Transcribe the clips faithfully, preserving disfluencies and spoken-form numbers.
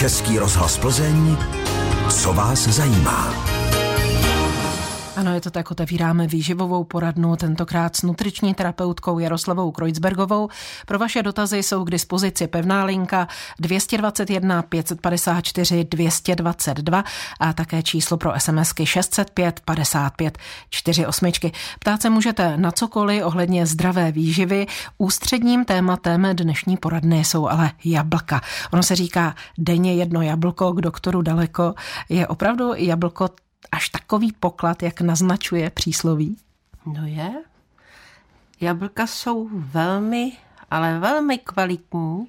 Český rozhlas Plzeň, co vás zajímá. Ano, je to tak, otevíráme výživovou poradnu, tentokrát s nutriční terapeutkou Jaroslavou Kreutzbergovou. Pro vaše dotazy jsou k dispozici pevná linka dvě dvacet jedna pět set padesát čtyři dvě stě dvacet dva a také číslo pro SMSky šest set pět padesát pět čtyřicet osm. Ptát se můžete na cokoliv ohledně zdravé výživy. Ústředním tématem dnešní poradny jsou ale jablka. Ono se říká denně jedno jablko, k doktoru daleko. Je opravdu jablko až takový poklad, jak naznačuje přísloví? No je. Jablka jsou velmi, ale velmi kvalitní.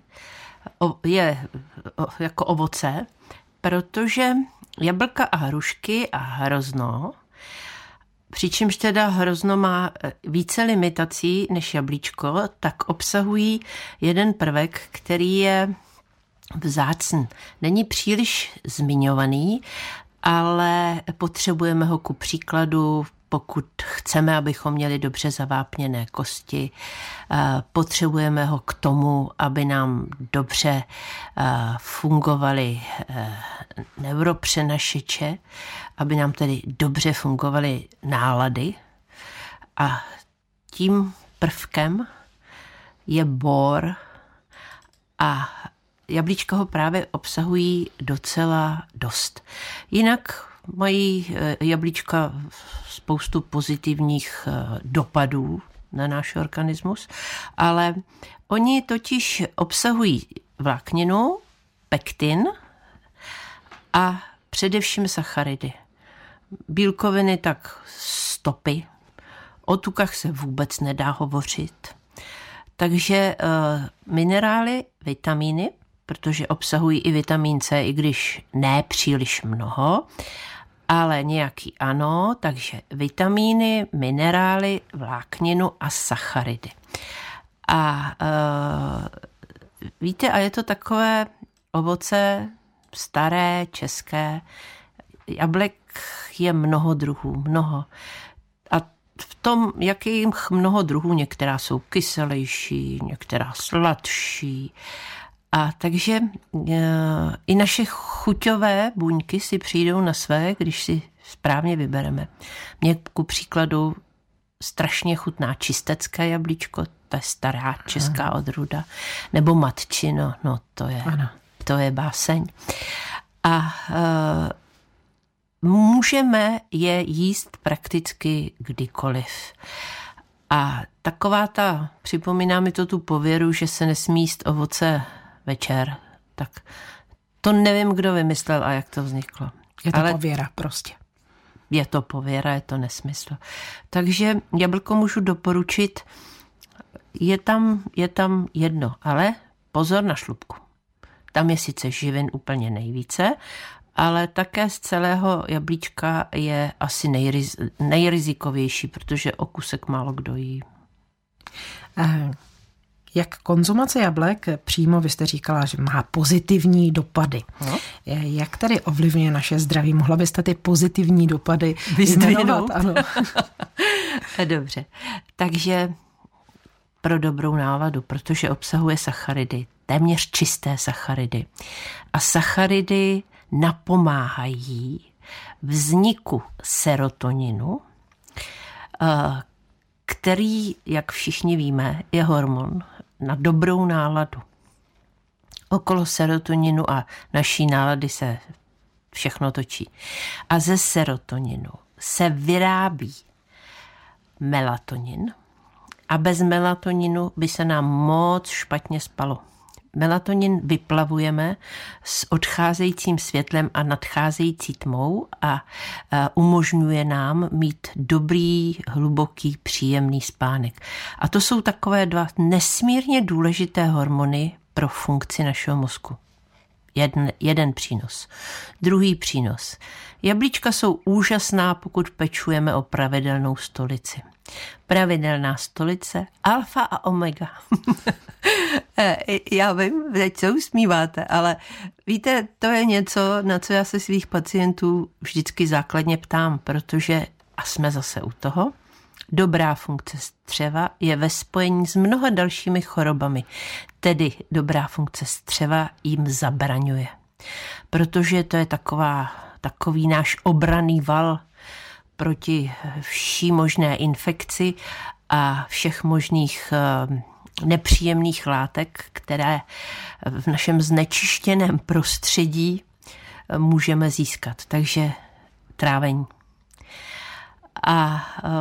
Je jako ovoce, protože jablka a hrušky a hrozno, přičemž teda hrozno má více limitací než jablíčko, tak obsahují jeden prvek, který je vzácný. Není příliš zmiňovaný, ale potřebujeme ho ku příkladu, pokud chceme, abychom měli dobře zavápněné kosti, potřebujeme ho k tomu, aby nám dobře fungovaly neuropřenašeče, aby nám tedy dobře fungovaly nálady. A tím prvkem je bor a jablíčka ho právě obsahují docela dost. Jinak mají jablíčka spoustu pozitivních dopadů na náš organismus, ale oni totiž obsahují vlákninu, pektin a především sacharidy. Bílkoviny tak stopy. O tukách se vůbec nedá hovořit. Takže uh, minerály, vitamíny, protože obsahují i vitamin C, i když ne příliš mnoho, ale nějaký ano, takže vitamíny, minerály, vlákninu a sacharidy. A uh, víte, a je to takové ovoce staré, české, jablek je mnoho druhů, mnoho. A v tom, jak je jim mnoho druhů, některá jsou kyselější, některá sladší. A takže e, i naše chuťové buňky si přijdou na své, když si správně vybereme. Mně ku příkladu strašně chutná čistecké jablíčko, to je stará česká odrůda, nebo matčino, no to je, to je báseň. A e, můžeme je jíst prakticky kdykoliv. A taková ta, připomíná mi to tu pověru, že se nesmí jíst ovoce večer, tak to nevím, kdo vymyslel a jak to vzniklo. Je to Ale pověra prostě. Je to pověra, je to nesmysl. Takže jablko můžu doporučit, je tam, je tam jedno, ale pozor na šlupku. Tam je sice živin úplně nejvíce, ale také z celého jablíčka je asi nejriz, nejrizikovější, protože o kusek málo kdo jí. Eh, jak konzumace jablek, přímo vy jste říkala, že má pozitivní dopady. No. Jak tedy ovlivňuje naše zdraví? Mohla byste ty pozitivní dopady vyjmenovat? Ano. Dobře. Takže pro dobrou náladu, protože obsahuje sacharidy, téměř čisté sacharidy. A sacharidy napomáhají vzniku serotoninu, který, jak všichni víme, je hormon na dobrou náladu. Okolo serotoninu a naší nálady se všechno točí. A ze serotoninu se vyrábí melatonin a bez melatoninu by se nám moc špatně spalo. Melatonin vyplavujeme s odcházejícím světlem a nadcházející tmou a umožňuje nám mít dobrý, hluboký, příjemný spánek. A to jsou takové dva nesmírně důležité hormony pro funkci našeho mozku. Jeden, jeden přínos. Druhý přínos. Jablíčka jsou úžasná, pokud pečujeme o pravidelnou stolici. Pravidelná stolice, alfa a omega. Já vím, teď se usmíváte, ale víte, to je něco, na co já se svých pacientů vždycky základně ptám, protože, a jsme zase u toho, dobrá funkce střeva je ve spojení s mnoha dalšími chorobami, tedy dobrá funkce střeva jim zabraňuje. protože to je taková, takový náš obranný val proti vší možné infekci a všech možných nepříjemných látek, které v našem znečištěném prostředí můžeme získat. Takže tráveň. A e,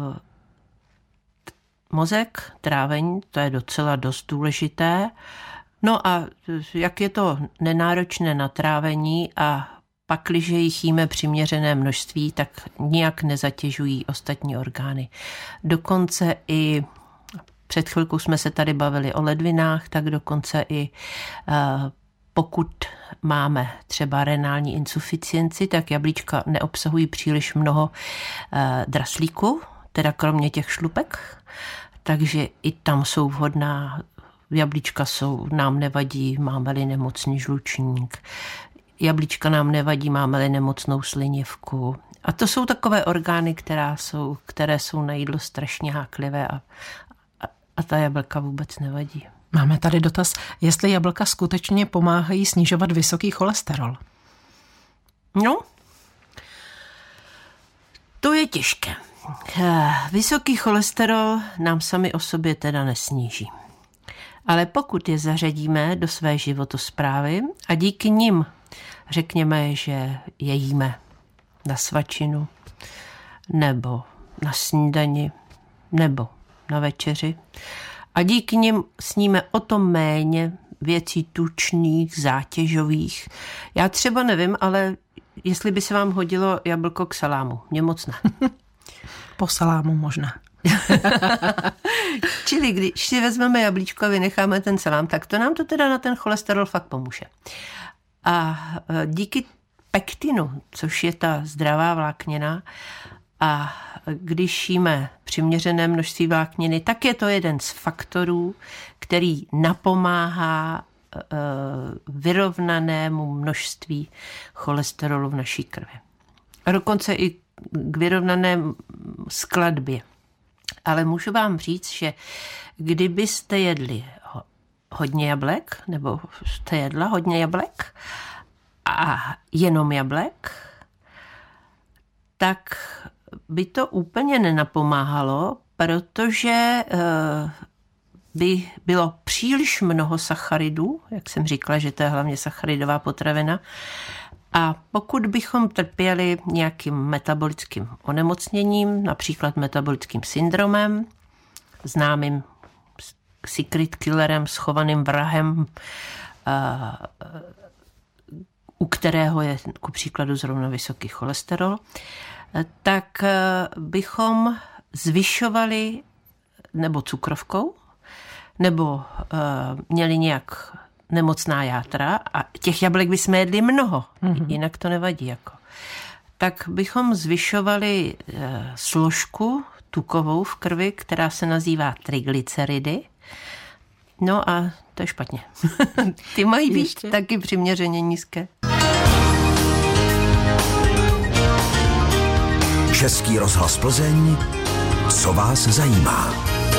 mozek, tráveň, to je docela dost důležité. No a jak je to nenáročné na trávení a pakliže jich jíme přiměřené množství, tak nijak nezatěžují ostatní orgány. Dokonce i před chvilkou jsme se tady bavili o ledvinách, tak dokonce i pokud máme třeba renální insuficienci, tak jablíčka neobsahují příliš mnoho draslíku, teda kromě těch šlupek, takže i tam jsou vhodná. Jablíčka jsou, nám nevadí, máme-li nemocný žlučník. Jablíčka nám nevadí, máme-li nemocnou slinivku. A to jsou takové orgány, která jsou, které jsou na jídlo strašně háklivé a, a, a ta jablka vůbec nevadí. Máme tady dotaz, jestli jablka skutečně pomáhají snižovat vysoký cholesterol. No, to je těžké. Vysoký cholesterol nám sami o sobě teda nesníží. Ale pokud je zařadíme do své životosprávy a díky nim řekněme, že je jíme na svačinu nebo na snídani nebo na večeři a díky nim sníme o to méně věcí tučných, zátěžových. Já třeba nevím, ale jestli by se vám hodilo jablko k salámu. Mně moc ne. Po salámu možná. Čili když si vezmeme jablíčko a vynecháme ten salám, tak to nám to teda na ten cholesterol fakt pomůže. A díky pektinu, což je ta zdravá vláknina, a když jíme přiměřené množství vlákniny, tak je to jeden z faktorů, který napomáhá vyrovnanému množství cholesterolu v naší krvi. A dokonce i k vyrovnané skladbě. Ale můžu vám říct, že kdybyste jedli hodně jablek, nebo jste jedla hodně jablek a jenom jablek, tak by to úplně nenapomáhalo, protože by bylo příliš mnoho sacharidů, jak jsem říkala, že to je hlavně sacharidová potravina. A pokud bychom trpěli nějakým metabolickým onemocněním, například metabolickým syndromem, známým secret killerem, schovaným vrahem, u kterého je ku příkladu zrovna vysoký cholesterol, tak bychom zvyšovali nebo cukrovkou, nebo měli nějak nemocná játra a těch jablek bychom jedli mnoho, mm-hmm. jinak to nevadí. Jako. Tak bychom zvyšovali e, složku tukovou v krvi, která se nazývá triglyceridy. No a to je špatně. Ty mají být Ještě? taky přiměřeně nízké. Český rozhlas Plzeň, co vás zajímá?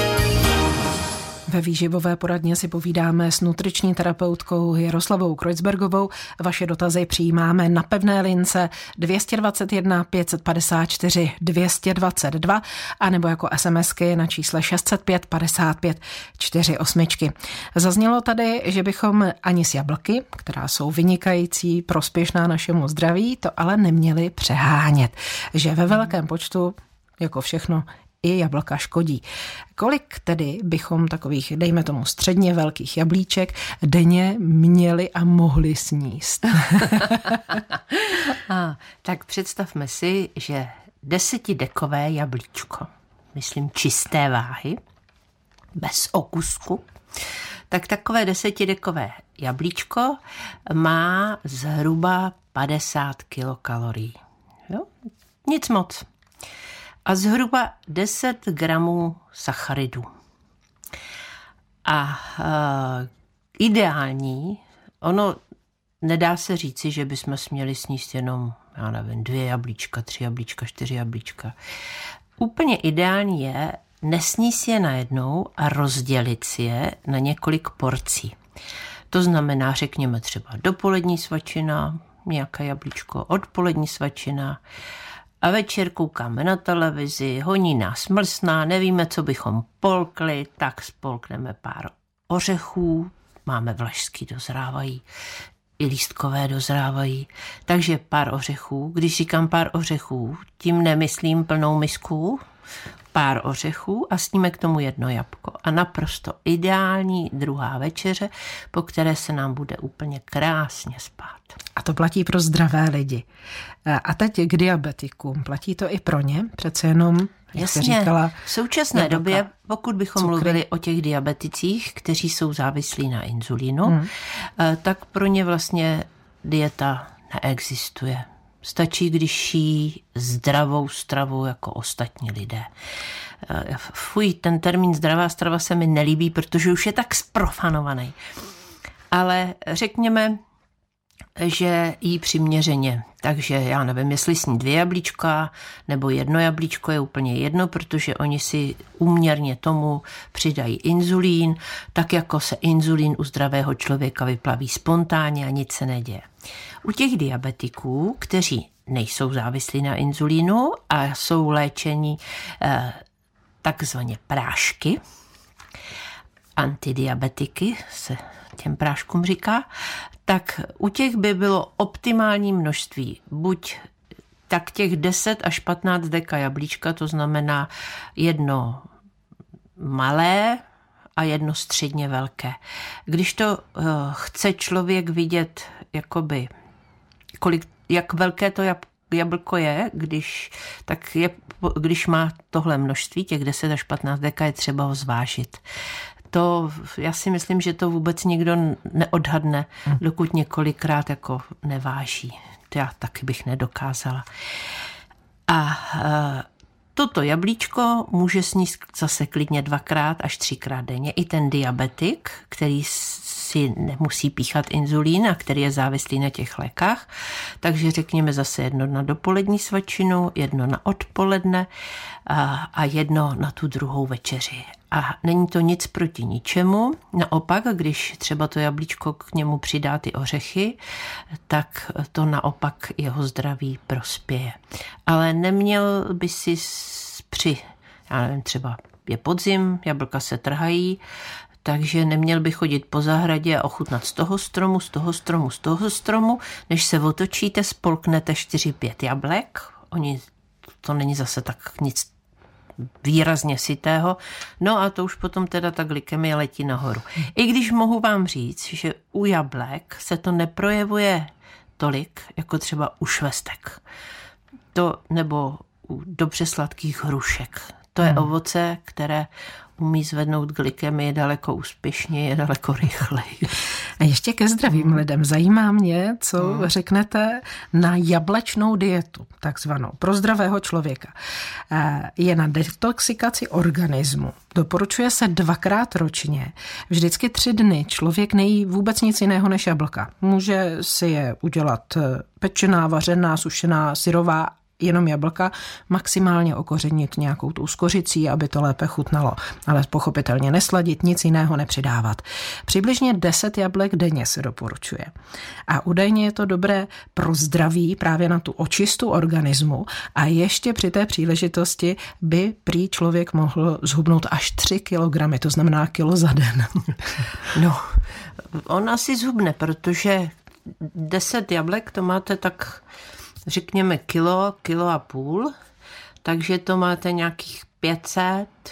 Ve výživové poradně si povídáme s nutriční terapeutkou Jaroslavou Kreuzbergovou. Vaše dotazy přijímáme na pevné lince dvě dvacet jedna pět set padesát čtyři dvě dvacet dva a nebo jako SMSky na čísle šest set pět padesát pět čtyřicet osm. Zaznělo tady, že bychom ani s jablky, která jsou vynikající, prospěšná našemu zdraví, to ale neměli přehánět. Že ve velkém počtu, jako všechno, i jablka škodí. Kolik tedy bychom takových, dejme tomu, středně velkých jablíček denně měli a mohli sníst? a, tak představme si, že desetidekové jablíčko, myslím čisté váhy, bez okusku, tak takové desetidekové jablíčko má zhruba padesát kilokalorií. Jo? Nic moc. A zhruba deset gramů sacharidů. A e, ideální, ono nedá se říci, že bychom směli sníst jenom, já nevím, dvě jablíčka, tři jablíčka, čtyři jablíčka. Úplně ideální je nesníst je najednou a rozdělit si je na několik porcí. To znamená, řekněme třeba dopolední svačina, nějaké jablíčko, odpolední svačina a večer koukáme na televizi, honí nás mlsná, nevíme, co bychom polkli, tak spolkneme pár ořechů, máme vlašský, dozrávají, i lístkové dozrávají, takže pár ořechů. Když říkám pár ořechů, tím nemyslím plnou misku, pár ořechů a sníme k tomu jedno jabko. A naprosto ideální druhá večeře, po které se nám bude úplně krásně spát. A to platí pro zdravé lidi. A teď k diabetikům. Platí to i pro ně? Přece jenom, jak Jasně, jsi říkala, v současné jablka, době, pokud bychom cukry. mluvili o těch diabeticích, kteří jsou závislí na inzulínu, hmm. tak pro ně vlastně dieta neexistuje. Stačí, když jí zdravou stravu jako ostatní lidé. Fuj, ten termín zdravá strava se mi nelíbí, protože už je tak zprofanovaný. Ale řekněme, že jí přiměřeně. Takže já nevím, jestli sní dvě jablíčka nebo jedno jablíčko, je úplně jedno, protože oni si úměrně tomu přidají inzulín, tak jako se inzulín u zdravého člověka vyplaví spontánně a nic se neděje. U těch diabetiků, kteří nejsou závislí na inzulínu a jsou léčení eh, takzvaně prášky, antidiabetiky se těm práškům říká, tak u těch by bylo optimální množství, buď tak těch deset až patnáct deka jablíčka, to znamená jedno malé a jedno středně velké. Když to uh, chce člověk vidět, jakoby, kolik, jak velké to jab, jablko je, když, tak je, když má tohle množství, těch deset až patnáct deka, je třeba ho zvážit. To, já si myslím, že to vůbec nikdo neodhadne, dokud několikrát jako neváží. To já taky bych nedokázala. A e, toto jablíčko může sníst zase klidně dvakrát až třikrát denně. I ten diabetik, který si nemusí píchat inzulín a který je závislý na těch lékách. Takže řekněme zase jedno na dopolední svačinu, jedno na odpoledne a, a jedno na tu druhou večeři. A není to nic proti ničemu. Naopak, když třeba to jablíčko k němu přidá ty ořechy, tak to naopak jeho zdraví prospěje. Ale neměl by si při, já nevím, třeba je podzim, jablka se trhají, takže neměl by chodit po zahradě a ochutnat z toho stromu, z toho stromu, z toho stromu. Než se otočíte, spolknete čtyři pět jablek. Oni, to není zase tak nic výrazně sytého. No a to už potom teda ta glykemie letí nahoru. I když mohu vám říct, že u jablek se to neprojevuje tolik, jako třeba u švestek. To, nebo u dobře sladkých hrušek. To je hmm. ovoce, které umí zvednout glykemii daleko úspěšněji, daleko rychleji. A ještě ke zdravým lidem. Zajímá mě, co hmm. řeknete na jablečnou dietu, takzvanou, pro zdravého člověka. Je na detoxikaci organismu. Doporučuje se dvakrát ročně. Vždycky tři dny člověk nejí vůbec nic jiného než jablka. Může si je udělat pečená, vařená, sušená, syrová, jenom jablka, maximálně okořenit nějakou tu skořicí, aby to lépe chutnalo, ale pochopitelně nesladit, nic jiného nepřidávat. Přibližně deset jablek denně se doporučuje. A údajně je to dobré pro zdraví, právě na tu očistu organismu, a ještě při té příležitosti by prý člověk mohl zhubnout až tři kilogramy, to znamená kilo za den. No, on asi zhubne, protože deset jablek to máte tak, řekněme kilo, kilo a půl, takže to máte nějakých pět set,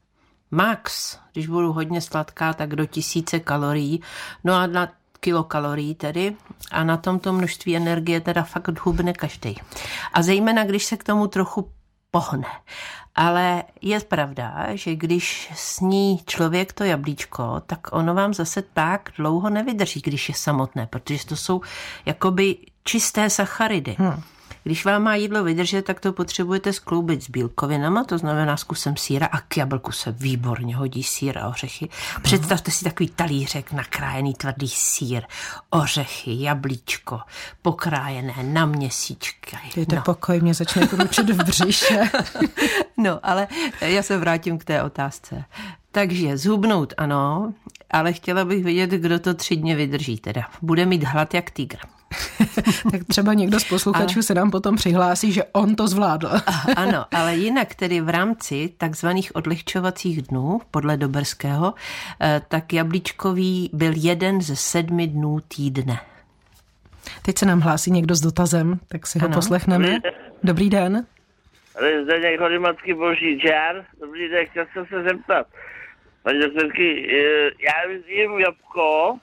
max, když budu hodně sladká, tak do tisíce kalorií, no a na kilokalorií tedy, a na tomto množství energie teda fakt hubne každý. A zejména, když se k tomu trochu pohne. Ale je pravda, že když sní člověk to jablíčko, tak ono vám zase tak dlouho nevydrží, když je samotné, protože to jsou jakoby čisté sacharidy. Hmm. Když vám má jídlo vydržet, tak to potřebujete skloubit s bílkovinama, to znamená s kusem sýra, a k jablku se výborně hodí sýr a ořechy. Představte si takový talířek, nakrájený tvrdý sýr, ořechy, jablíčko, pokrájené na měsíčky. Dejte no. pokoj, mě začne kručit v břiše. No, ale já se vrátím k té otázce. Takže zhubnout ano, ale chtěla bych vědět, kdo to tři dny vydrží teda. Bude mít hlad jak tygr. Tak třeba někdo z posluchačů ale... se nám potom přihlásí, že on to zvládl. Ano, ale jinak tedy v rámci takzvaných odlehčovacích dnů, podle Doberského, tak jablíčkový byl jeden ze sedmi dnů týdne. Teď se nám hlásí někdo s dotazem, tak si ho ano. poslechneme. Dobrý den. Dobrý den. Ale Zdeněk Hodymatský Boží Čár. Dobrý den, chtěl jsem se zeptat. Paní doktorky, já jím jabko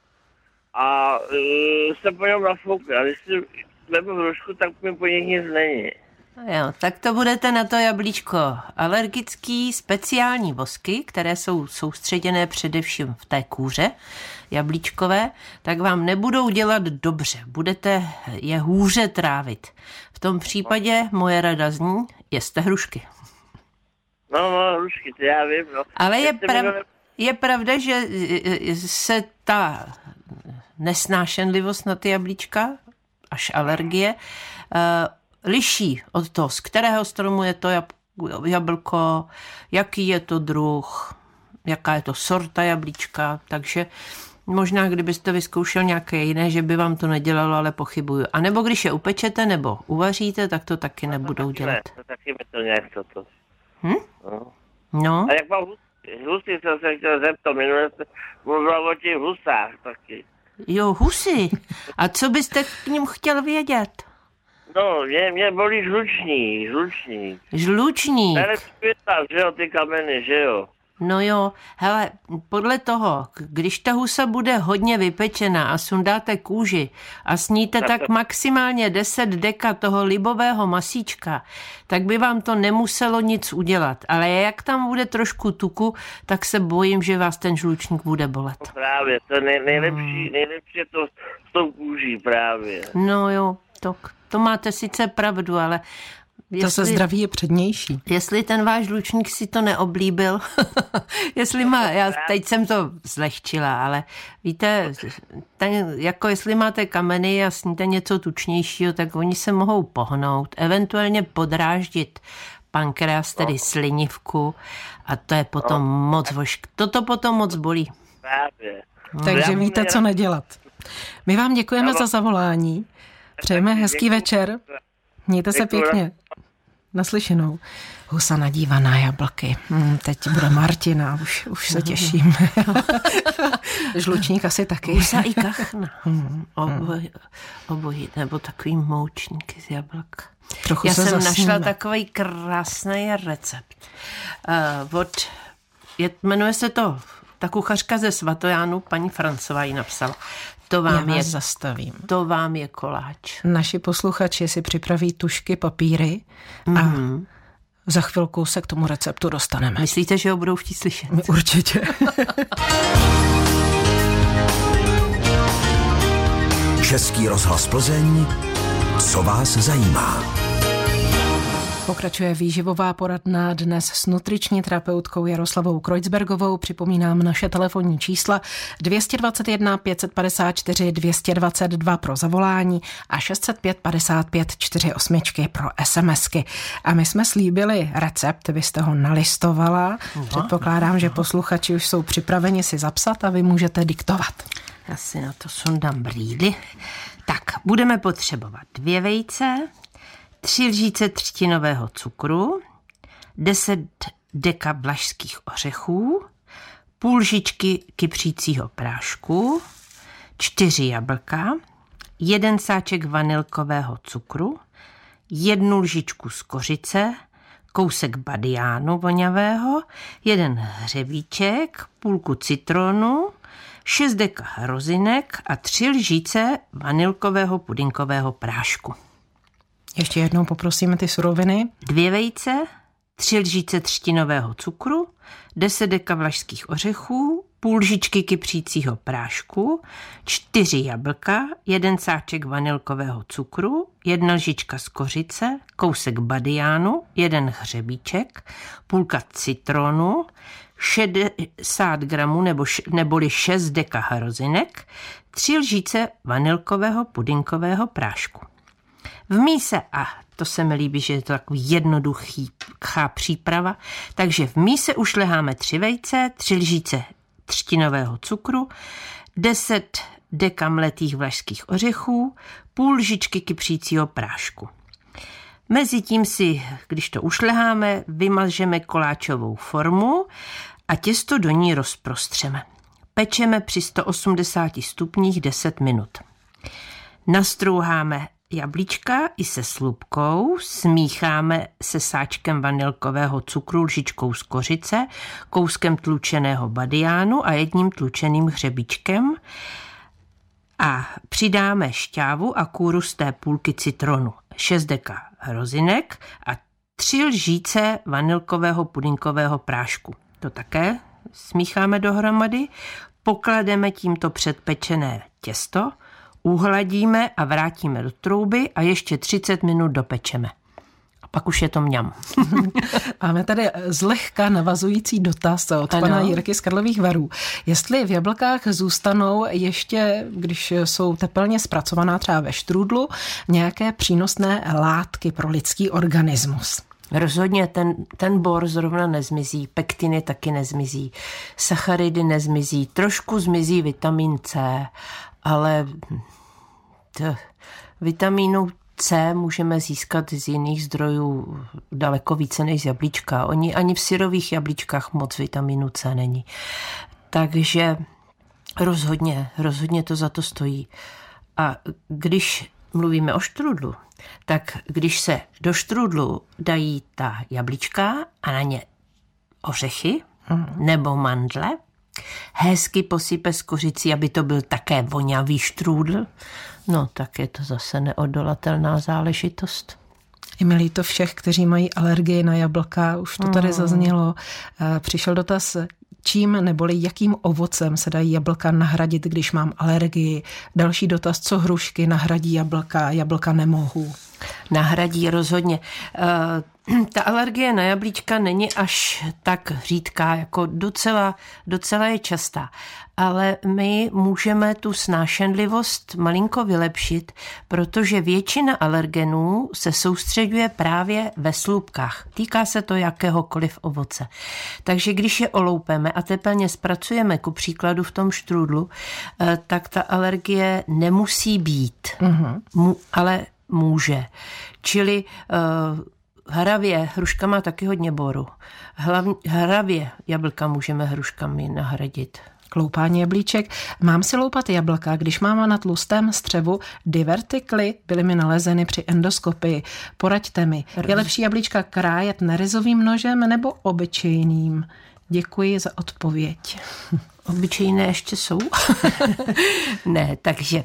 a uh, jsem po něm nafoukl. A když si vezmu hrušku, tak mi po nich nic není. Jo, tak to budete na to jablíčko alergický speciální vosky, které jsou soustředěné především v té kůře jablíčkové, tak vám nebudou dělat dobře. Budete je hůře trávit. V tom případě moje rada zní, jeste hrušky. No, no, hrušky, to já vím. No. Ale je, prav, je pravda, že se ta nesnášenlivost na ty jablíčka, až alergie, liší od toho, z kterého stromu je to jablko, jaký je to druh, jaká je to sorta jablíčka, takže možná, kdybyste vyzkoušel nějaké jiné, že by vám to nedělalo, ale pochybuju. A nebo když je upečete nebo uvaříte, tak to taky no, nebudou to dělat. Ne, to taky mi to nějak toto. Hm? No. no. A jak mám husy, husy jsem se chtěl zeptat, minule jste mluvila o těch husách taky. Jo, husy. A co byste k ním chtěl vědět? No, mě, mě bolí žlučník, žlučník. Žlučník. Nerespětá, že jo, ty kameny, že jo. No jo, hele, podle toho, když ta husa bude hodně vypečená a sundáte kůži a sníte tak, tak maximálně deset deka toho libového masíčka, tak by vám to nemuselo nic udělat. Ale jak tam bude trošku tuku, tak se bojím, že vás ten žlučník bude bolet. No právě, to nej, nejlepší, hmm. nejlepší je to s tou kůží právě. No jo, to, to máte sice pravdu, ale... Jestli, to se zdraví je přednější. Jestli ten váš žlučník si to neoblíbil, jestli má, já teď jsem to zlehčila, ale víte, ten, jako jestli máte kameny a sníte něco tučnějšího, tak oni se mohou pohnout, eventuálně podráždit pankreas, tedy slinivku, a to je potom moc vošk. Toto potom moc bolí. Právě. Takže víte, co nedělat. My vám děkujeme za zavolání. Přejeme hezký večer. Mějte se pěkně. Naslyšenou. Husa nadívaná jablky. Hmm, teď bude Martina, už, už se těším. Žlučník asi taky. Husa i kachna. Hmm. Oboj, obojí, nebo takový moučník z jablek. Trochu Já se jsem zasníme. našla takový krásný recept. Uh, od, je, jmenuje se to, ta kuchařka ze Svatojánu, paní Francová ji napsala. To vám, je, zastavím. to vám je koláč. Naši posluchači si připraví tušky, papíry a mm-hmm. za chvilku se k tomu receptu dostaneme. Myslíte, že ho budou chtít slyšet? Určitě. Český rozhlas Plzeň. Co vás zajímá? Pokračuje výživová poradna dnes s nutriční terapeutkou Jaroslavou Kreuzbergovou. Připomínám naše telefonní čísla dvě dvacet jedna pět set padesát čtyři dvě stě dvacet dva pro zavolání a šest set pět padesát pět čtyřicet osm pro SMSky. A my jsme slíbili recept, vy jste ho nalistovala. Předpokládám, že posluchači už jsou připraveni si zapsat a vy můžete diktovat. Já si na to sundám brýly. Tak, budeme potřebovat dvě vejce, tři lžíce třtinového cukru, deset deka vlašských ořechů, půl lžičky kypřícího prášku, čtyři jablka, jeden sáček vanilkového cukru, jednu lžičku z kořice, kousek badiánu voňavého, jeden hřebíček, půlku citronu, šest deka hrozinek a tři lžíce vanilkového pudinkového prášku. Ještě jednou poprosíme ty suroviny. Dvě vejce, tři lžíce třtinového cukru, deset deka vlašských ořechů, půl lžičky kypřícího prášku, čtyři jablka, jeden sáček vanilkového cukru, jedna lžička z kořice, kousek badiánu, jeden hřebíček, půlka citronu, šedesát gramů nebo š, neboli šest deka hrozinek, tři lžíce vanilkového pudinkového prášku. V míse, a to se mi líbí, že je to takový jednoduchá příprava, takže v míse ušleháme tři vejce, tři lžíce třtinového cukru, deset deka mletých vlašských ořechů, půl lžičky kypřícího prášku. Mezitím si, když to ušleháme, vymažeme koláčovou formu a těsto do ní rozprostřeme. Pečeme při sto osmdesáti stupních deset minut. Nastrouháme jablíčka i se slupkou, smícháme se sáčkem vanilkového cukru, lžičkou z kořice, kouskem tlučeného badiánu a jedním tlučeným hřebíčkem a přidáme šťávu a kůru z té půlky citronu, šest deka hrozinek a tři lžíce vanilkového pudinkového prášku. To také smícháme dohromady, poklademe tímto předpečené těsto, uhladíme a vrátíme do trouby a ještě třicet minut dopečeme. A pak už je to mňam. Máme tady zlehka navazující dotaz od ano. pana Jirky z Karlových Varů. Jestli v jablkách zůstanou ještě, když jsou tepelně zpracovaná třeba ve štrůdlu, nějaké přínosné látky pro lidský organismus? Rozhodně ten, ten bor zrovna nezmizí, pektiny taky nezmizí, sacharidy nezmizí, trošku zmizí vitamin C, ale t, vitamínu C můžeme získat z jiných zdrojů daleko více než z jablíčka. Oni ani v syrových jablíčkách moc vitamínu C není. Takže rozhodně, rozhodně to za to stojí. A když mluvíme o štrudlu, tak když se do štrudlu dají ta jablíčka a na ně ořechy mm. nebo mandle, hezky posype z kořicí, aby to byl také vonavý štrůdl, no tak je to zase neodolatelná záležitost. Je mi líto všech, kteří mají alergii na jablka, už to tady mm. zaznělo. Přišel dotaz, čím neboli jakým ovocem se dají jablka nahradit, když mám alergii. Další dotaz, co hrušky nahradí jablka, jablka nemohu. Nahradí rozhodně. Ta alergie na jablíčka není až tak řídká, jako docela, docela je častá. Ale my můžeme tu snášenlivost malinko vylepšit, protože většina alergenů se soustředuje právě ve slupkách. Týká se to jakéhokoliv ovoce. Takže když je oloupeme a tepelně zpracujeme, ku příkladu v tom štrůdlu, tak ta alergie nemusí být, mm-hmm. mu, ale může. Čili uh, hravě, hruška má taky hodně boru. Hlavně, hravě jablka můžeme hruškami nahradit. Kloupání jablíček. Mám si loupat jablka, když mám na tlustém střevu divertikly, byly mi nalezeny při endoskopii. Poraďte mi, je lepší jablíčka krájet nerezovým nožem nebo obyčejným? Děkuji za odpověď. Obyčejné ještě jsou? Ne, takže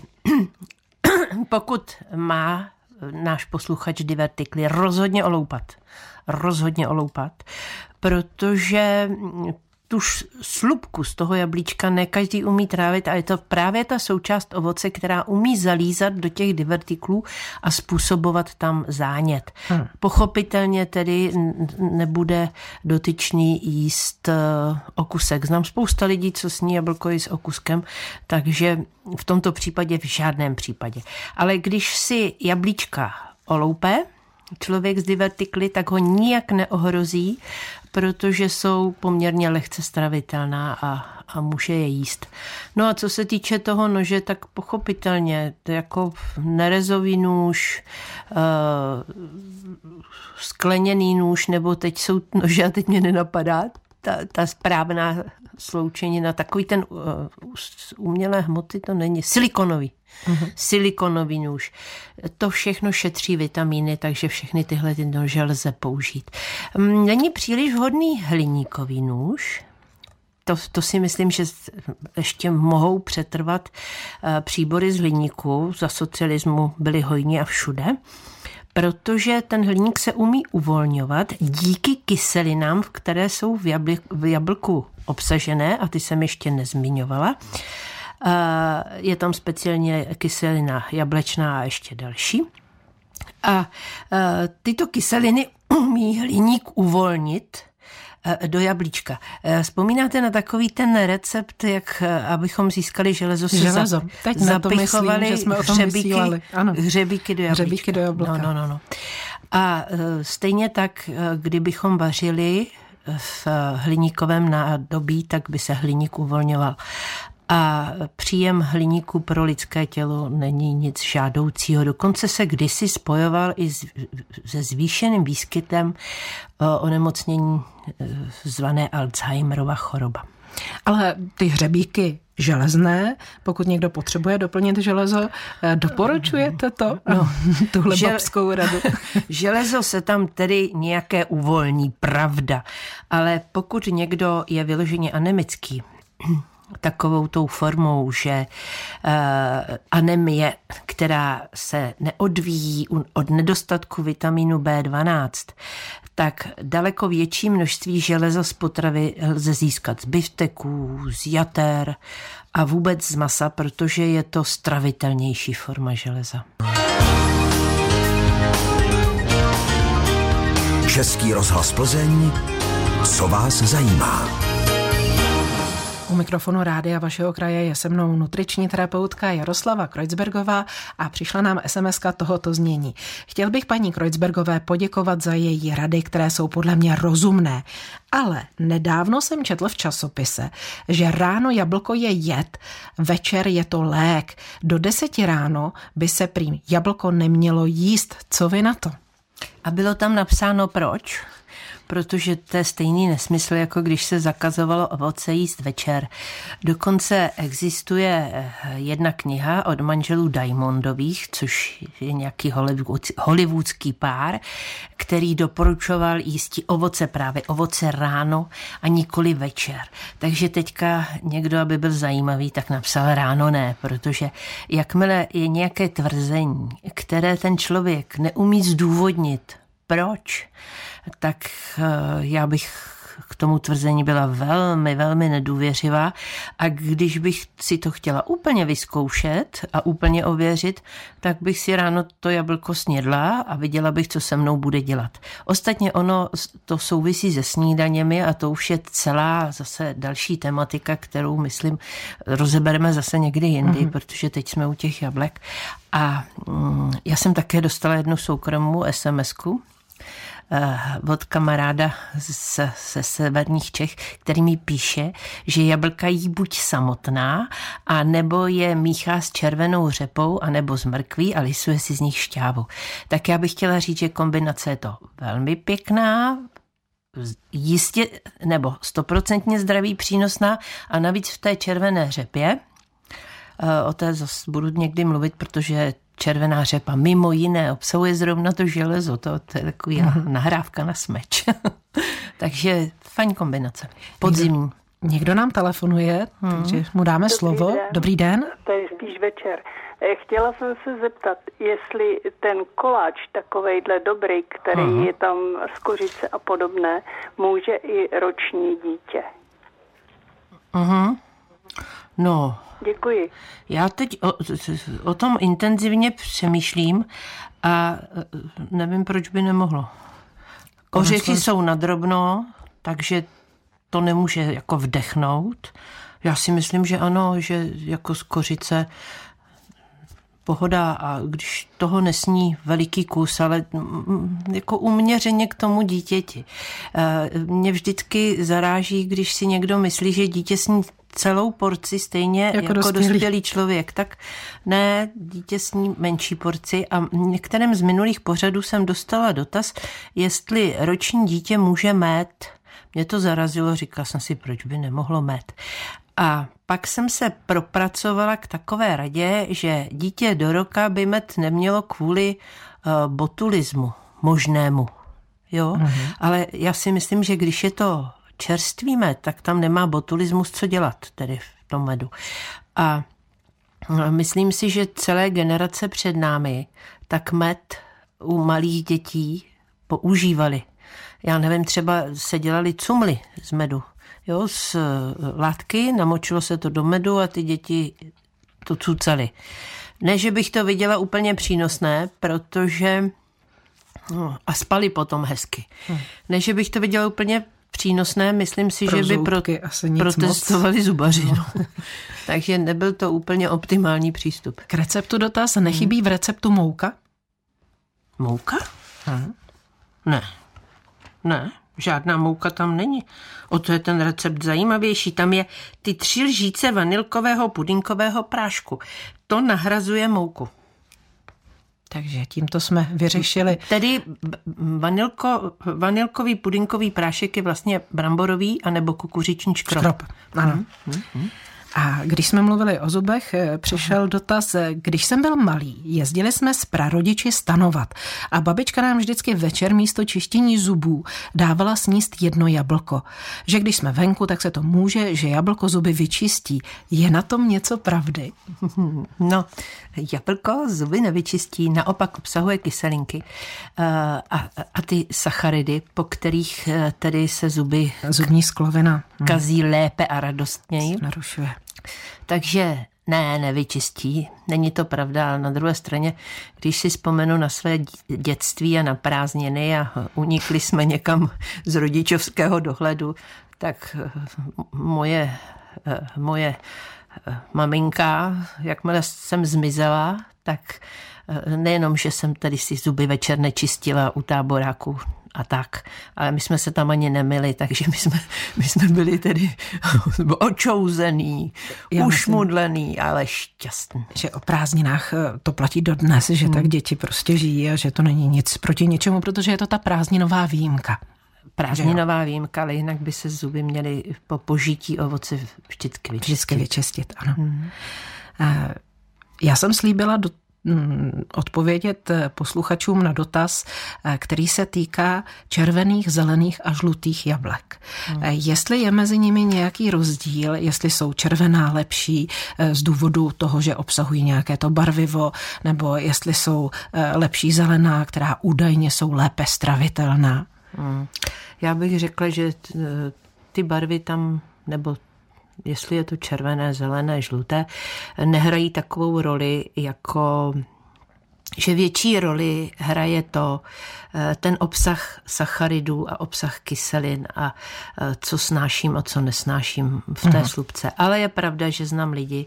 pokud má náš posluchač divertikly, rozhodně oloupat. Rozhodně oloupat, protože tu slupku z toho jablíčka ne každý umí trávit a je to právě ta součást ovoce, která umí zalízat do těch divertiklů a způsobovat tam zánět. Hmm. Pochopitelně tedy nebude dotyčný jíst okusek. Znám spousta lidí, co sní jablko jí s okuskem, takže v tomto případě v žádném případě. Ale když si jablíčka oloupe člověk z divertikly, tak ho nijak neohrozí, protože jsou poměrně lehce stravitelná a, a může je jíst. No a co se týče toho nože, tak pochopitelně, to jako nerezový nůž, uh, skleněný nůž, nebo teď jsou nože, a teď mě nenapadá, ta, ta správná sloučenina, takový ten uh, umělé hmoty to není, silikonový. Uhum. Silikonový nůž. To všechno šetří vitamíny, takže všechny tyhle ty nože lze použít. Není příliš vhodný hliníkový nůž. To, to si myslím, že ještě mohou přetrvat příbory z hliníku. Za socialismu byly hojní a všude. Protože ten hliník se umí uvolňovat díky kyselinám, které jsou v, jabl- v jablku obsažené, a ty jsem ještě nezmiňovala. Je tam speciálně kyselina jablečná a ještě další. A tyto kyseliny umí hliník uvolnit Do jablíčka. Vzpomínáte na takový ten recept, jak abychom získali železo? Železo. Teď na to myslím, že jsme o tom hřebíky, vysílali. Ano. Hřebíky do jablíčka. Hřebíky do jablka. No, no, no, no. A stejně tak, kdybychom vařili v hliníkovém nádobí, tak by se hliník uvolňoval. A příjem hliníku pro lidské tělo není nic žádoucího. Dokonce se kdysi spojoval i se zvýšeným výskytem onemocnění zvané Alzheimerova choroba. Ale ty hřebíky železné, pokud někdo potřebuje doplnit železo, doporučujete to? No, tuhle Žel... babskou radu. Železo se tam tedy nějaké uvolní, pravda. Ale pokud někdo je vyloženě anemický, takovou tou formou, že uh, anemie, která se neodvíjí od nedostatku vitamínu bé dvanáct, tak daleko větší množství železa z potravy lze získat z bifteků, z jater a vůbec z masa, protože je to stravitelnější forma železa. Český rozhlas Plzeň, co vás zajímá? U mikrofonu rádia vašeho kraje je se mnou nutriční terapeutka Jaroslava Kreuzbergová a přišla nám es em eska tohoto znění. Chtěl bych paní Kreuzbergové poděkovat za její rady, které jsou podle mě rozumné. Ale nedávno jsem četl v časopise, že ráno jablko je jed, večer je to lék. Do deseti ráno by se prý jablko nemělo jíst. Co vy na to? A bylo tam napsáno proč? Protože to je stejný nesmysl, jako když se zakazovalo ovoce jíst večer. Dokonce existuje jedna kniha od manželů Diamondových, což je nějaký hollywoodský pár, který doporučoval jíst ovoce, právě ovoce ráno a nikoli večer. Takže teďka někdo, aby byl zajímavý, tak napsal ráno ne, protože jakmile je nějaké tvrzení, které ten člověk neumí zdůvodnit, proč, tak já bych k tomu tvrzení byla velmi, velmi nedůvěřivá a když bych si to chtěla úplně vyzkoušet a úplně ověřit, tak bych si ráno to jablko snědla a viděla bych, co se mnou bude dělat. Ostatně ono to souvisí se snídaněmi a to už je celá zase další tematika, kterou, myslím, rozebereme zase někdy jindy, mm-hmm. protože teď jsme u těch jablek. A mm, já jsem také dostala jednu soukromou es em esku od kamaráda ze, ze severních Čech, který mi píše, že jablka jí buď samotná, a nebo je míchá s červenou řepou, a nebo s mrkví a lisuje si z nich šťávu. Tak já bych chtěla říct, že kombinace je to velmi pěkná, jistě nebo stoprocentně zdraví, přínosná a navíc v té červené řepě, o té zase budu někdy mluvit, protože červená řepa mimo jiné obsahuje zrovna to železo, to, to je taková mm-hmm. nahrávka na smeč. Takže fajn kombinace. Podzimní. Někdo, někdo nám telefonuje, hmm. takže mu dáme Dobrý slovo. Den. Dobrý den. To je spíš večer. Chtěla jsem se zeptat, jestli ten koláč takovejhle dobrý, který uh-huh. je tam z kořice a podobné, může i roční dítě. Uh-huh. No. Děkuji. Já teď o, o tom intenzivně přemýšlím a nevím, proč by nemohlo. Ořechy jsou nadrobno, takže to nemůže jako vdechnout. Já si myslím, že ano, že jako z kořice pohoda, a když toho nesní veliký kus, ale jako uměřeně k tomu dítěti. Mě vždycky zaráží, když si někdo myslí, že dítě sní celou porci stejně jako, jako dospělý. dospělý člověk, tak ne, dítě sní menší porci. A některém z minulých pořadů jsem dostala dotaz, jestli roční dítě může mét. Mě to zarazilo, říkala jsem si, proč by nemohlo mét. A pak jsem se propracovala k takové radě, že dítě do roka by met nemělo kvůli uh, botulismu možnému. Jo? Mm-hmm. Ale já si myslím, že když je to čerstvý med, tak tam nemá botulismus co dělat, tedy v tom medu. A myslím si, že celé generace před námi tak med u malých dětí používali. Já nevím, třeba se dělali cumly z medu. Jo, z látky, namočilo se to do medu a ty děti to cucaly. Ne, že bych to viděla úplně přínosné, protože no, a spali potom hezky. Hmm. Ne, že bych to viděla úplně přínosné, myslím si, pro že by pro, protestovali zubaři. No. Takže nebyl to úplně optimální přístup. K receptu dotaz, nechybí v receptu mouka? Mouka? Hmm. Ne. Ne, žádná mouka tam není. O to je ten recept zajímavější. Tam je ty tři lžíce vanilkového pudinkového prášku. To nahrazuje mouku. Takže tímto jsme vyřešili. Tedy vanilko, vanilkový pudinkový prášek je vlastně bramborový anebo kukuřiční škrob. Škrob, ano. Mm-hmm. A když jsme mluvili o zubech, přišel Aha. dotaz, když jsem byl malý, jezdili jsme s prarodiči stanovat a babička nám vždycky večer místo čištění zubů dávala sníst jedno jablko. Že když jsme venku, tak se to může, že jablko zuby vyčistí. Je na tom něco pravdy? No, jablko zuby nevyčistí, naopak obsahuje kyselinky a, a ty sacharidy, po kterých tedy se zuby zubní sklovina kazí hmm. lépe a radostněji. Narušuje. Takže ne, nevyčistí. Není to pravda, ale na druhé straně, když si vzpomenu na své dětství a na prázdniny a unikli jsme někam z rodičovského dohledu, tak moje, moje maminka, jakmile jsem zmizela, tak nejenom, že jsem tady si zuby večer nečistila u táboráku a tak, ale my jsme se tam ani nemili, takže my jsme, my jsme byli tedy očouzený, Já ušmudlený, myslím, ale šťastný. Že o prázdninách to platí dodnes, že hmm. tak děti prostě žijí a že to není nic proti ničemu, protože je to ta prázdninová výjimka. Prázdninová výjimka, ale jinak by se zuby měly po požití ovoce vždycky vyčistit. Vždycky vyčistit, ano. Hmm. Já jsem slíbila do odpovědět posluchačům na dotaz, který se týká červených, zelených a žlutých jablek. Hmm. Jestli je mezi nimi nějaký rozdíl, jestli jsou červená lepší z důvodu toho, že obsahují nějaké to barvivo, nebo jestli jsou lepší zelená, která údajně jsou lépe stravitelná. Hmm. Já bych řekla, že ty barvy tam, nebo jestli je to červené, zelené, žluté, nehrají takovou roli, jako že větší roli hraje to ten obsah sacharidů a obsah kyselin a co snáším a co nesnáším v té uh-huh. slupce. Ale je pravda, že znám lidi,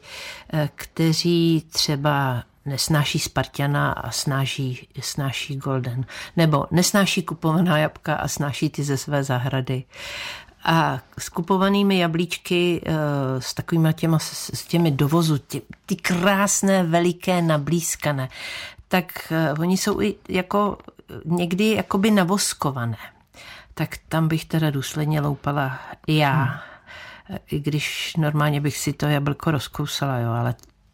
kteří třeba nesnáší Spartana a snáší, snáší Golden, nebo nesnáší kupovaná jabka a snáší ty ze své zahrady. A s kupovanými jablíčky, s takovými těma, s těmi dovozu, tě, ty krásné, veliké, nablízkané, tak oni jsou i jako někdy jakoby navoskované. Tak tam bych teda důsledně loupala já, hmm. i když normálně bych si to jablko rozkousala, jo, ale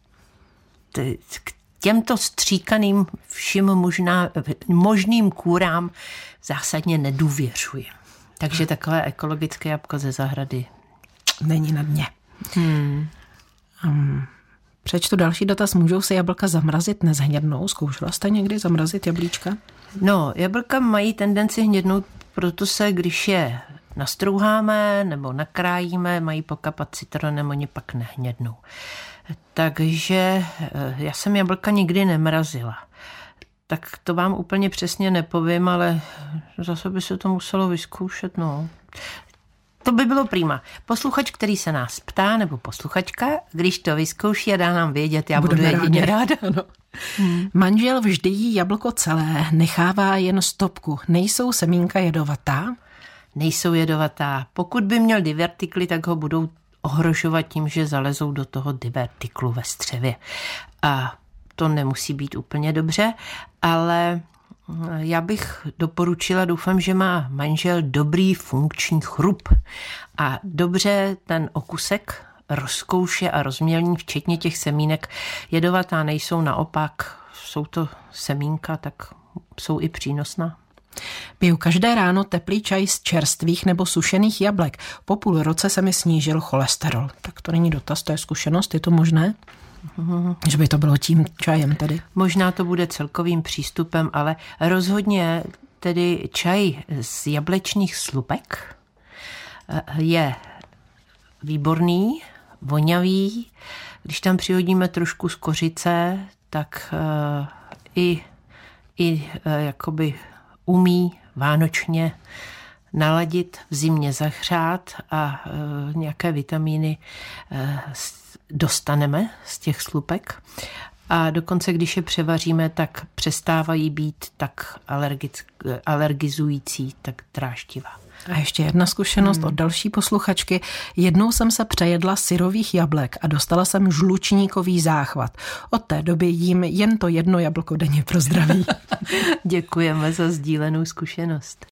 ty, k těmto stříkaným všim možná, možným kůrám zásadně nedůvěřuji. Takže takové ekologické jabko ze zahrady není na dně. Hmm. Um, přečtu další dotaz. Můžou se jablka zamrazit nezhnědnou? Zkoušela jste někdy zamrazit jablíčka? No, jablka mají tendenci hnědnout, proto se, když je nastrouháme nebo nakrájíme, mají pokapat citronem, oni pak nehnědnou. Takže já jsem jablka nikdy nemrazila. Tak to vám úplně přesně nepovím, ale zase by se to muselo vyzkoušet, no. To by bylo prima. Posluchač, který se nás ptá, nebo posluchačka, když to vyzkouší a dá nám vědět, já Budeme budu jedině ráda. No. Hmm. Manžel vždy jí jablko celé, nechává jen stopku. Nejsou semínka jedovatá? Nejsou jedovatá. Pokud by měl divertikly, tak ho budou ohrožovat tím, že zalezou do toho divertiklu ve střevě. A to nemusí být úplně dobře, ale já bych doporučila, doufám, že má manžel dobrý funkční chrup a dobře ten okusek rozkouše a rozmělní, včetně těch semínek. Jedovatá nejsou, naopak, jsou to semínka, tak jsou i přínosná. Piju každé ráno teplý čaj z čerstvých nebo sušených jablek. Po půl roce se mi snížil cholesterol. Tak to není dotaz, to je zkušenost, je to možné? Že by to bylo tím čajem tedy. Možná to bude celkovým přístupem, ale rozhodně tedy čaj z jablečných slupek je výborný, vonavý. Když tam přihodíme trošku z kořice, tak i, i jakoby umí vánočně naladit, v zimě zahřát a e, nějaké vitamíny e, dostaneme z těch slupek. A dokonce, když je převaříme, tak přestávají být tak alergick- alergizující, tak drážtivá. A ještě jedna zkušenost hmm. od další posluchačky. Jednou jsem se přejedla syrových jablek a dostala jsem žlučníkový záchvat. Od té doby jím jen to jedno jablko denně pro zdraví. Děkujeme za sdílenou zkušenost.